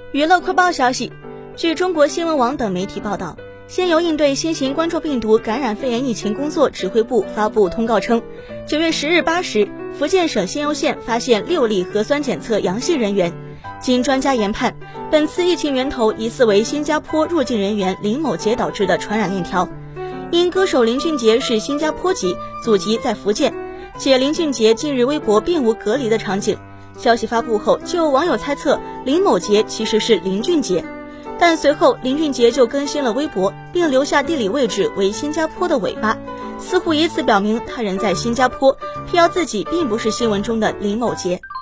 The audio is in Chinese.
娱乐快报消息，据中国新闻网等媒体报道，先由应对新型冠状病毒感染肺炎疫情工作指挥部发布通告称，9月10日8时，福建省仙游县发现6例核酸检测阳性人员。经专家研判，本次疫情源头疑似为新加坡入境人员林某杰导致的传染链条。因歌手林俊杰是新加坡籍，祖籍在福建，且林俊杰近日微博并无隔离的场景。消息发布后，就有网友猜测林某杰其实是林俊杰，但随后林俊杰就更新了微博，并留下地理位置为新加坡的尾巴，似乎以此表明他人在新加坡，辟谣自己并不是新闻中的林某杰。